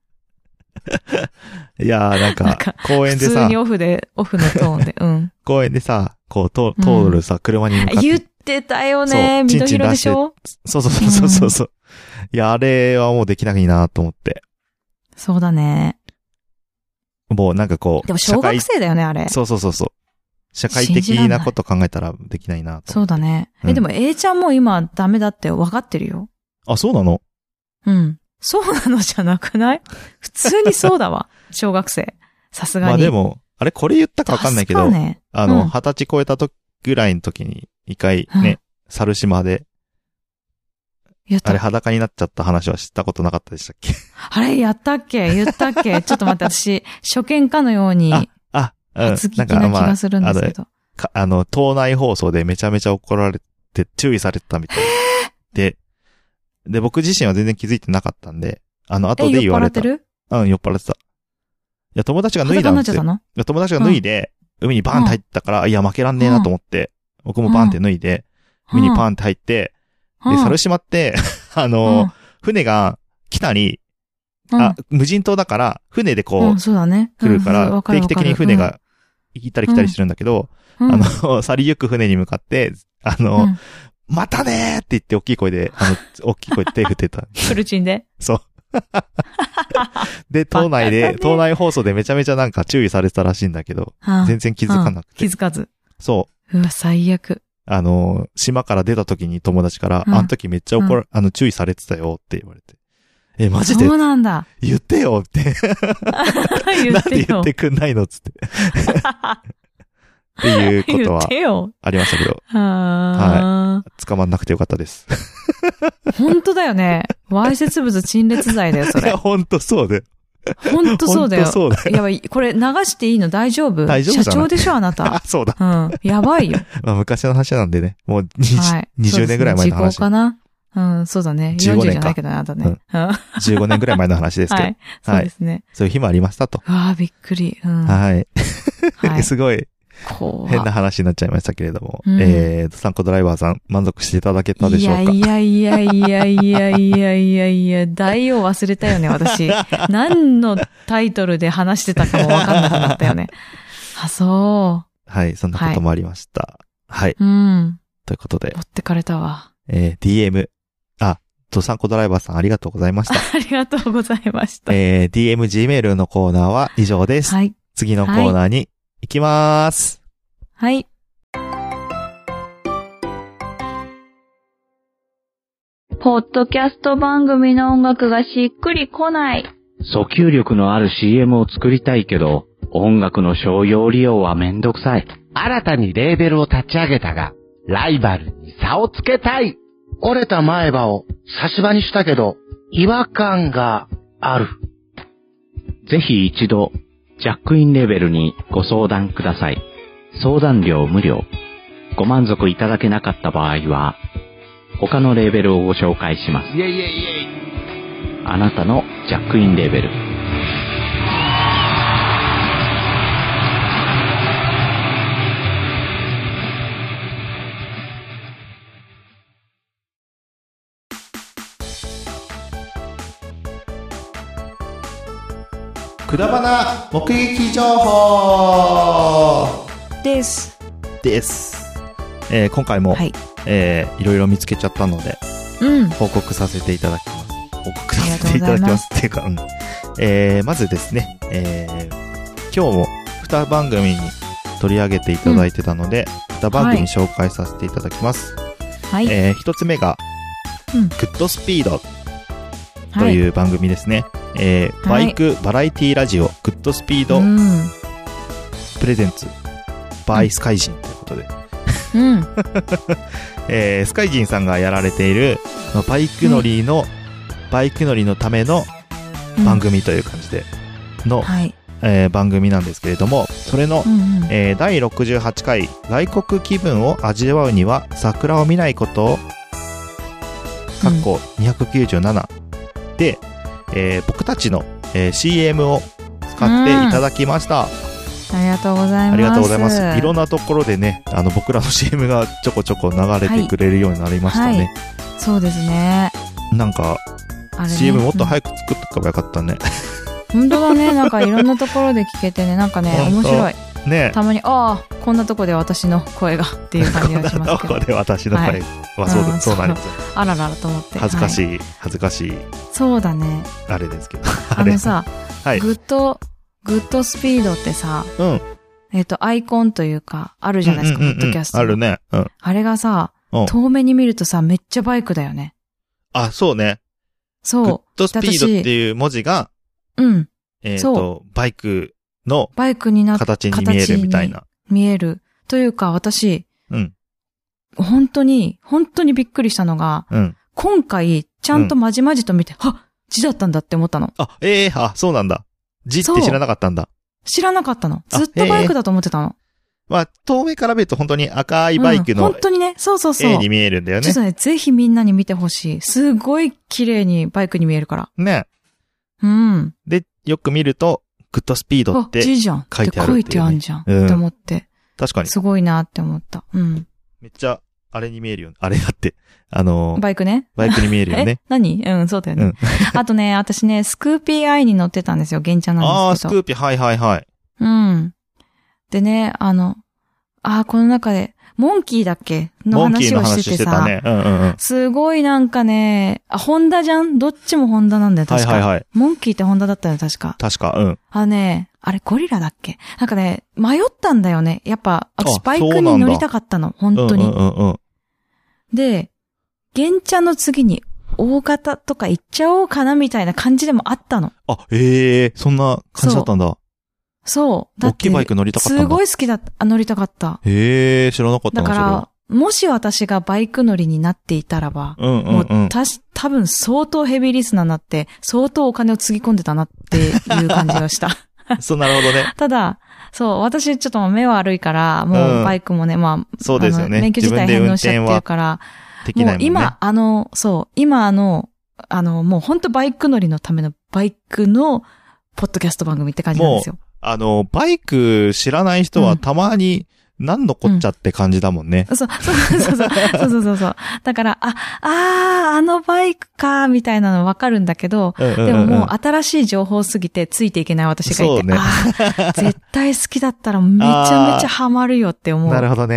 いやー、なんか、なんか公園でさ。 普通にオフで、オフのトーンで、うん。 公園でさ、こう、通るさ、うん、車に向かって。 言ってたよね。緑色でしょ？ そうそうそうそうそう。うん、いや、あれはもうできないなと思って。 そうだね。 もうなんかこう。 でも小学生だよね、あれ。 そうそうそうそう。社会的なこと考えたらできないなと。 そうだね。え、うん、でも A ちゃんも今ダメだって分かってるよ。 あ、そうなの？ うん。そうなのじゃなくない？普通にそうだわ。小学生。さすがに。 まあでも、あれこれ言ったか分かんないけど、ね、あの、二、うん、十歳超えた時ぐらいの時に一回ね、うん、猿島で、あれ裸になっちゃった話は知ったことなかったでしたっけ？ あれやったっけ？言ったっけ？ちょっと待って、私、初見かのように。 あ、あ、うん。 初聞きな気がするんですけど。 あ, あの、島内放送でめちゃめちゃ怒られて、注意されてたみたいで。で、僕自身は全然気づいてなかったんで、あの、後で言われた。 え、酔っ払ってる？ うん、酔っ払ってた。いや、友達が脱いだんですよ。 裸になっちゃったの？ 友達が脱いで、うん、海にバーンって入ったから、うん、いや、負けらんねえなと思って、うん、僕もバーンって脱いで、うん、海にバーンって入って、うん、で、猿島って、あの、うん、船が来たり、うん、あ、無人島だから、船でこう、 うん、そうだね。 来るから、うん、定期的に船が行ったり来たりするんだけど、うん、あの、去りゆく船に向かって、あの、うん、またねーって言って大きい声で、あの、大きい声で手振ってた。 フルチンで？ そう。で、島内で、島内放送でめちゃめちゃなんか注意されてたらしいんだけど、はあ、全然気づかなくて。 気づかず。 そう。 うわ、最悪。 あの、島から出た時に友達から、うん、あの時めっちゃ怒ら、うん、あの、注意されてたよって言われて。え、マジで？ そうなんだ。 言ってよって。言ってよ。なんで言ってくんないのつって。っていうことは、ありましたけど。はい。捕まんなくてよかったです。 本当だよね。わいせつ物陳列罪だよ、それ。 いや、本当そうだよ。 本当そうだよ。 本当そうだよ。 やばい、これ流していいの大丈夫？ 大丈夫。 社長でしょ、あなた。 あ、そうだ。 うん。やばいよ。 まあ、昔の話なんでね。もう、はい、にじゅうねんぐらい前の話。 時効かな？うん、そうだね。よんじゅうじゃないけどね、あなたね。うん、 じゅうごねんぐらい前の話ですけど。はい。 そうですね。 そういう日もありましたと。 ああ、びっくり。うん、 はい。はい、すごい。変な話になっちゃいましたけれども。うん、えーと、サンコドライバーさん、満足していただけたでしょうか？ いやいやいやいやいやいやいやいや、大を忘れたよね、私。何のタイトルで話してたかもわかんなくなったよね。あ、そう。 はい、そんなこともありました。はい。はい、 うん。 ということで。 持ってかれたわ。 えー、ディーエム、あ、ドサンコドライバーさんありがとうございました。 ありがとうございました。 えー、ディーエム Gmail のコーナーは以上です。 はい。 次のコーナーに行きまーす。 はい。ポッドキャスト番組の音楽がしっくりこない。 訴求力のある シーエム を作りたいけど、音楽の商用利用はめんどくさい。 新たにレーベルを立ち上げたが、ライバルに差をつけたい。 折れた前歯を差し歯にしたけど、違和感がある。 ぜひ一度、ジャックインレベルにご相談ください。相談料無料。ご満足いただけなかった場合は、他のレーベルをご紹介します。 イェイイェイイェイ。 あなたのジャックインレベル。 くだばな目撃情報ですです、えー、今回も、はいえー、いろいろ見つけちゃったので、 うん、 報告させていただきます報告させていただきますっていうか、うんえー、まずですね、えー、今日もに番組に取り上げていただいてたので、うん、に番組紹介させていただきます、はいえー、ひとつめが、うん、グッドスピードという番組ですね、はいえー、バイクバラエティラジオグッドスピード、うん、プレゼンツバイスカイジンということで、 うんえー、スカイジンさんがやられているバイク乗りの、うん、バイク乗りのための番組という感じでの、うんはいえー、番組なんですけれども、それの、うんうんえー、だいろくじゅうはちかい外国気分を味わうには桜を見ないことをかっこにひゃくきゅうじゅうななでえー、僕たちの、えー、シーエム を使っていただきました、うん、 ありがとうございます。 ありがとうございます。いろんなところでね、あの僕らの シーエム がちょこちょこ流れてくれるようになりましたね、はいはい、 そうですね。 なんか、ね、シーエム もっと早く作っとけばよかったね、 うん、本当だね。なんかいろんなところで聞けてね、なんかね面白いね。たまにああこんなとこで私の声がっていう感じがしますけど、こんなとこで私の声、はいまあ、そうだ、うん、そうなんですよ。 あらららと思って恥ずかしい、はい、恥ずかしいそうだねあれですけどあのさ、はい、グッドグッドスピードってさ、うん、えっとアイコンというかあるじゃないですか、ポッドキャストあるね、うん、 あれがさ、うん、遠目に見るとさめっちゃバイクだよね。 あそうね。 そうグッドスピードっていう文字がうんえっとバイクのバイクにな形に見えるみたいな見えるというか、私、 うん、 本当に本当にびっくりしたのが、うん、今回ちゃんとまじまじと見て、うん、はっ字だったんだって思ったの。 あ、ええー、あ、そうなんだ。字って知らなかったんだ。 知らなかったの。ずっとバイクだと思ってたの。 えー、まあ、遠目から見ると本当に赤いバイクの、うん、 本当にね、そうそうそう。 絵に見えるんだよね。 ちょっとね、ぜひみんなに見てほしい。すごい綺麗にバイクに見えるから。 ね。 うん。 で、よく見ると、グッドスピードって書いてあるっていう、ね。 字じゃん。って書いてあるじゃん。うん、って思って。 確かに。 すごいなって思った。うん。 めっちゃ、あれに見えるよね。あれだって。あのー、 バイクね。 バイクに見えるよね。 え何うん、そうだよね。うん、あとね、私ね、スクーピーアイに乗ってたんですよ。原茶なんですけど。 ああ、スクーピー、はいはいはい。 うん。でね、あの、ああ、この中で、モンキーだっけの話をしててさ。モンキーの話してたね。うんうんうん。すごいなんかね、あ、ホンダじゃんどっちもホンダなんだよ、確か。はいはいはい。モンキーってホンダだったよ、確か。 確か、うん。 あね、あれゴリラだっけなんかね、迷ったんだよね。やっぱ、私バイクに乗りたかったの、本当に。うんうんうんうん。で、原茶の次に大型とか行っちゃおうかなみたいな感じでもあったの。 あ、へえ、そんな感じだったんだ。 そう。だって、大きいバイク乗りたかったんだ。 すごい好きだった。乗りたかった。 へえ、知らなかったな。 だから、もし私がバイク乗りになっていたらば、うんうんうん、もうたし、多分相当ヘビーリスナーになって、相当お金をつぎ込んでたなっていう感じがした。 そう、なるほどね。 ただ、そう、私ちょっと目は悪いから、もうバイクもね、うん、まあ、 そうですよね。 免許自体返納しちゃってるから、 できないもんね、 もう今、あの、そう、今あの、あの、もう本当バイク乗りのためのバイクのポッドキャスト番組って感じなんですよ。 あの、バイク知らない人はたまに何のこっちゃって感じだもんね。 うん、そう、そうそうそう、そうそうそうそう。だから、あ、あー、あのバイクか、みたいなのわかるんだけど、うんうんうん、でももう新しい情報すぎてついていけない私がいて、ね、あ絶対好きだったらめちゃめちゃハマるよって思う。 なるほどね。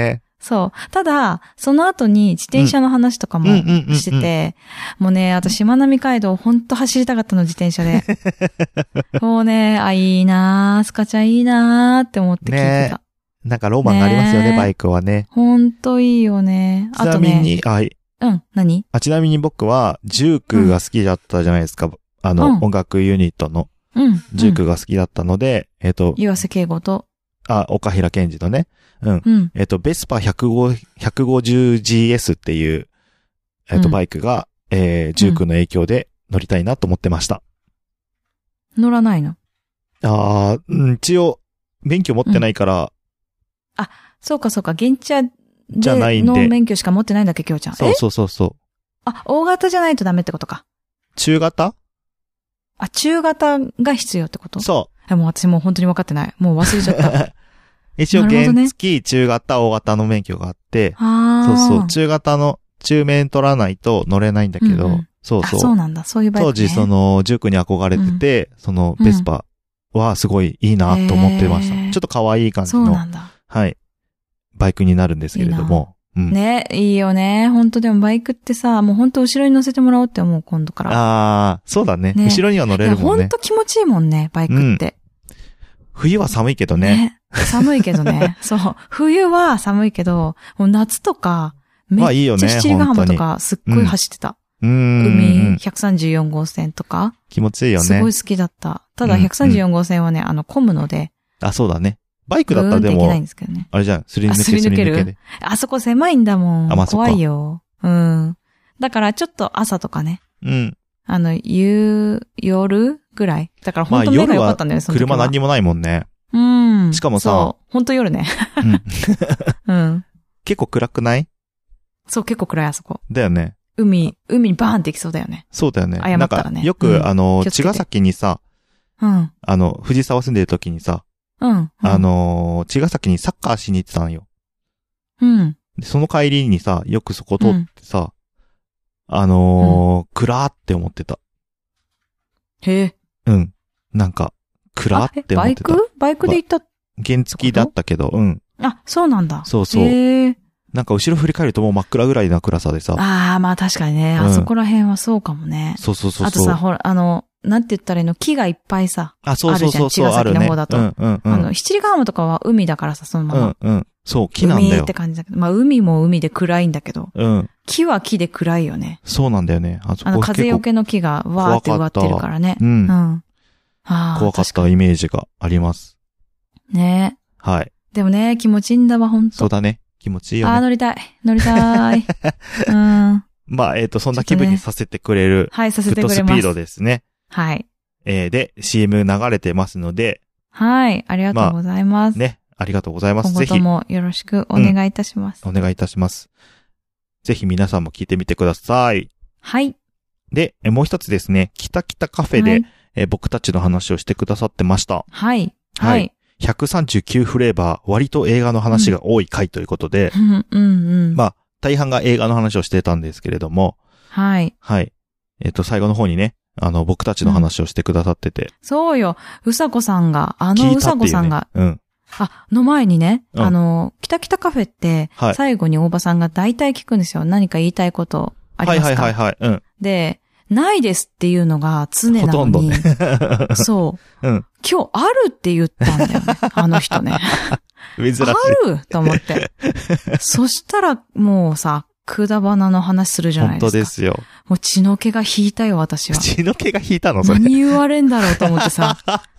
そう。ただ、その後に自転車の話とかもしてて、もうね、あとしまなみ海道ほんと走りたかったの、自転車で。もうね、あ、いいなー、スカちゃんいいなーって思って聞いてた。 ね、なんかロマンがありますよね、ねバイクはね。 ほんといいよね。 ちなみに、あ、はい。 うん、何あ、ちなみに僕は、ジュークが好きだったじゃないですか。うん、あの、うん、音楽ユニットの。うん。ジュークが好きだったので、うん、えっと。 岩瀬圭吾と。 あ、岡平健二とね。うん。うん、えっと、ベスパひゃくごじゅうジーエス っていう、えっと、バイクが、うん、えー、ジュークの影響で乗りたいなと思ってました。 乗らないの？ ああ、うん、一応、免許持ってないから。うん、 あ、そうかそうか、現地じゃないんで。の免許しか持ってないんだっけ、きょうちゃん。 そうそうそうそう。 あ、大型じゃないとダメってことか。 中型？ あ、中型が必要ってこと？ そう。 もう私もう本当に分かってない。もう忘れちゃった。 一応原付、中型、大型の免許があって、そうそう、中型の中免取らないと乗れないんだけど、うんうん、そうそう。 あ、そうなんだ、そういうバイクね。 当時その、ジュークに憧れてて、うん、その、ベスパはすごいいいなと思ってました。ちょっと可愛い感じの、そうなんだ。はい。バイクになるんですけれども。 いいうん、ね、いいよね。本当でもバイクってさ、もう本当後ろに乗せてもらおうって思う、今度から。 ああ、そうだね。ね、後ろには乗れるもんね。 本当気持ちいいもんね、バイクって。 うん、冬は寒いけどね。ね。 寒いけどね。そう。冬は寒いけど、もう夏とか、めっちゃ七里ヶ浜とかすっごい走ってた。うん、海ひゃくさんじゅうよん号線とか。 気持ちいいよね。 すごい好きだった。ただひゃくさんじゅうよん号線はね、あの、混むので。 あ、そうだね。バイクだったらでも、いけないんですけどね、あれじゃん、すり抜け、すり抜ける。 あそこ狭いんだもん。あ、まあ、怖いよ。うん。だからちょっと朝とかね。うん。あの、夕、夜ぐらい。だから本当目が良かったんだよね、その時は。 車何にもないもんね。 うん。 しかもさ、 そう、本当夜ね。うん。うん。 結構暗くない？ そう、結構暗いあそこ。 だよね。 海、海にバーンって行きそうだよね。 そうだよね。 謝ったらね。 なんかよく、うん、あの、茅ヶ崎にさ、うん。あの、藤沢住んでる時にさ、うん。うん、あのー、茅ヶ崎にサッカーしに行ってたんよ。うん。で、その帰りにさ、よくそこ通ってさ、うん、あのー、うん、暗ーって思ってた。 へえ。 うん。なんか、暗ーって思ってた。 バイクバイクで行った原付だったけど、うん。 あ、そうなんだ。 そうそう。へえ。なんか後ろ振り返るともう真っ暗ぐらいな暗さでさ。 ああ、まあ確かにね。あそこら辺はそうかもね。 そうそうそうそう。 あとさ、ほら、あの、なんて言ったらいいの、木がいっぱいさ。 あ、そうそうそうそう。 あるじゃん、茅ヶ崎の方だと。 うんうんうん。 あの、七里ヶ浜とかは海だからさ、そのまま。 うんうん。そう、木なんだよ。 海って感じだけど。まあ海も海で暗いんだけど。うん。木は木で暗いよね。 そうなんだよね。 あそこあの、風よけの木がわーって植わってるからね。 うん。うん。怖かったイメージがあります。 ねえ。はい。 でもね、気持ちいいんだわ、ほんと。 そうだね。気持ちいいよね。 あー、乗りたい。乗りたい。うん。 まあ、えっと、そんな気分にさせてくれる。 はい、させてくれます。 フットスピードですね。 はい。 えー、で、シーエム 流れてますので。 はい、ありがとうございます。 まあ、ね、ありがとうございます。 今後ともよろしくお願いいたします。 うん、お願いいたします。ぜひ皆さんも聞いてみてください。 はい。 で、えもう一つですね、キタキタカフェで、はい、え僕たちの話をしてくださってました。 はい。 はい。はいひゃくさんじゅうきゅうフレーバー、割と映画の話が多い回ということで、 うんうんうん、 まあ、大半が映画の話をしてたんですけれども、 はい。 はい。えっと、最後の方にね、あの、僕たちの話をしてくださってて。うん、 そうよ。うさこさんが、あのうさこさんが、 ね、うん。 あ、の前にね、うん、あの、キタキタカフェって、はい、最後に大場さんが大体聞くんですよ。何か言いたいことありますか？ はいはいはいはい。うん。 で、ないですっていうのが常なのに。ほとんどね。そう。うん。今日あるって言ったんだよね。あの人ね。 珍しい。 あると思って。そしたらもうさ、くだばなの話するじゃないですか。 本当ですよ。 もう血の気が引いたよ、私は。 血の気が引いたのそれ。 何言われんだろうと思ってさ。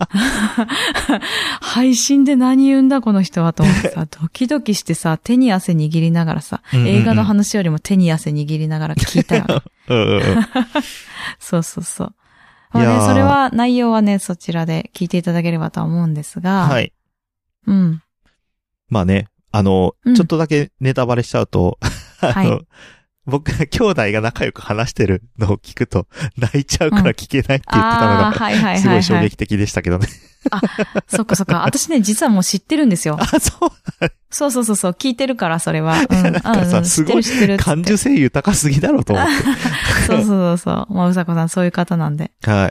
配信で何言うんだこの人はと思ってさ、ドキドキしてさ、手に汗握りながらさ、うんうんうん、映画の話よりも手に汗握りながら聞いたよ、ねうんうんうん。そうそうそう。まあね、それは、内容はね、そちらで聞いていただければとは思うんですが。 はい。 うん。 まあね、あの、うん、ちょっとだけネタバレしちゃうと、あの、はい、僕が兄弟が仲良く話してるのを聞くと泣いちゃうから聞けないって言ってたのが、うん、すごい衝撃的でしたけどね。 あ、そっかそっか。私ね、実はもう知ってるんですよ。 あ、そうそうそうそうそう、聞いてるからそれは。うん、 なんかさ、うん、すごい感受性豊かすぎだろうと思って。 そうそうそうそう。まあ、うさこさんそういう方なんで。 はい。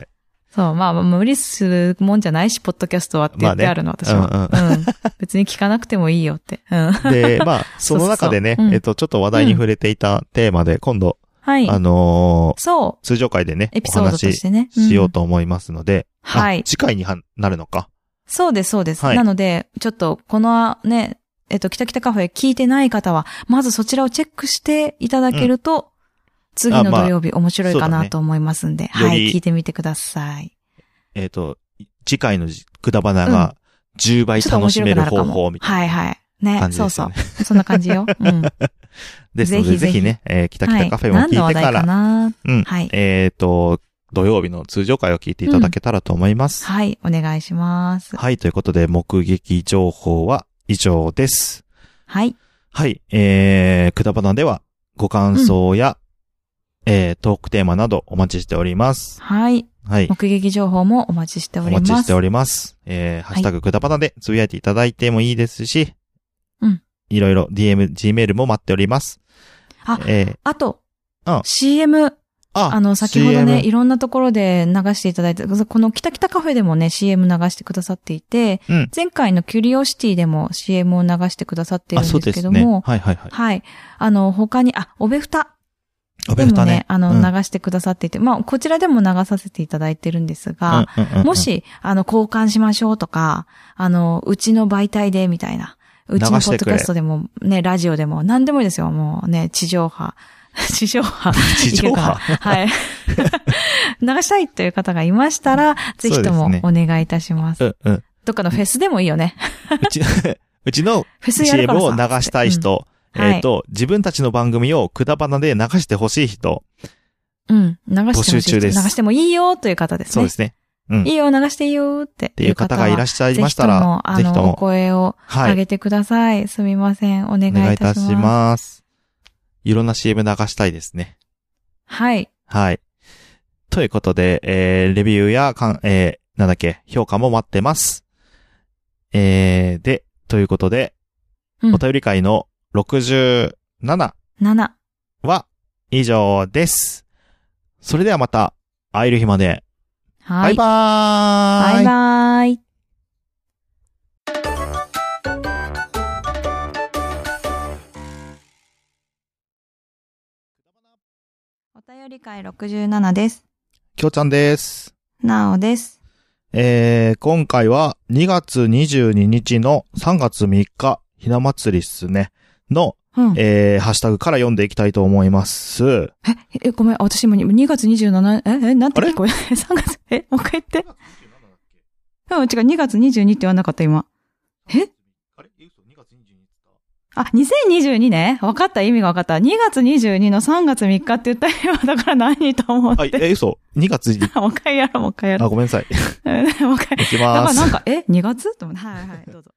そう、まあ、無理するもんじゃないし、ポッドキャストはって言ってあるの、まあね、私は、うんうん。うん。別に聞かなくてもいいよって。うん。 で、まあ、その中でね、そうそうそう、えっと、ちょっと話題に触れていたテーマで、今度、はい。あのー、そう。通常回でね、エピソードとしてね、お話ししようと思いますので、うん、はい。次回にはなるのか。 そうです、そうです。はい、なので、ちょっと、このね、えっと、キタキタカフェ聞いてない方は、まずそちらをチェックしていただけると、うん、次の土曜日面白いかなと思いますんで、ね、はい、聞いてみてください。 えっと、次回のくだばながじゅうばい楽しめる方法みたいな、 はいはい。ね、そうそう。そんな感じよ。うん。 ですので、ぜひね、えー、キタキタカフェも聞いてから、はい、何の話題かな、うん。はい。えっと、土曜日の通常回を聞いていただけたらと思います。 うん、はい、お願いします。 はい、ということで、目撃情報は以上です。 はい。 はい、えー、くだばなでは、ご感想や、うん、えー、トークテーマなどお待ちしております。 はい。はい。目撃情報もお待ちしております。 お待ちしております。えー、ハッシュタグくだばなでつぶやいていただいてもいいですし、うん。いろいろ ディーエム、G メールも待っております。 あ、えー、あと、うん、シーエム、あ、あの、先ほどね、シーエム、いろんなところで流していただいて、このキタキタカフェでもね、シーエム 流してくださっていて、うん、前回のキュリオシティでも シーエム を流してくださっているんですけども、ね、 はいはいはい。 はい。あの、他に、あ、おべふた。おべふたね。でもね、あの、うん、流してくださっていて、まあ、こちらでも流させていただいてるんですが、うんうんうんうん、もし、あの、交換しましょうとか、あの、うちの媒体でみたいな、うちのポッドキャストでも、ね、ラジオでも、何でもいいですよ、もうね、地上波。地上波。 地上波はい。流したいという方がいましたら、ぜひともお願いいたします。うんうん、どっかのフェスでもいいよね。 うち、うちの シーエム を流したい人、うん、えっ、ー、と、はい、自分たちの番組をくだばなで流してほしい人。 うん。流してほしい人。 募集中です。 流してもいいよという方ですね。 そうですね。 うん、いいよ、流していいよってっていう方がいらっしゃいましたら、ぜひとも、 あの、お声を上げてください。はい、すみません。お願いいたします。お願いいたします。 いろんな シーエム 流したいですね。 はい。 はい。ということで、えー、レビューやかん、えー、なんだっけ、評価も待ってます。えー、で、ということで、うん、お便り会のろくじゅうななは以上です。それではまた会える日まで。はい。バイバーイ。 バイバーイ。お便り会ろくじゅうななです。 きょうちゃんです。 なおです。 えー、今回はにがつにじゅうににちのさんがつみっか、ひな祭りっすね。の、うん、えー、ハッシュタグから読んでいきたいと思います。 え、え、ごめん、私もにがつにじゅうしち、え、え、なんて聞こえさんがつ、え、もう一回言って。うん、違う、にがつにじゅうにって言わなかった、今。えあ、にせんにじゅうにね。わかった、意味がわかった。にがつにじゅうにのさんがつみっかって言った今だから何と思って。 あ、え、嘘 ?に 月に。 もう一回やろう、もう一回やろう。 あ、ごめんなさい。 もう一回。 いきます。 だからなんか、え ?に 月と思って。はいはい、どうぞ。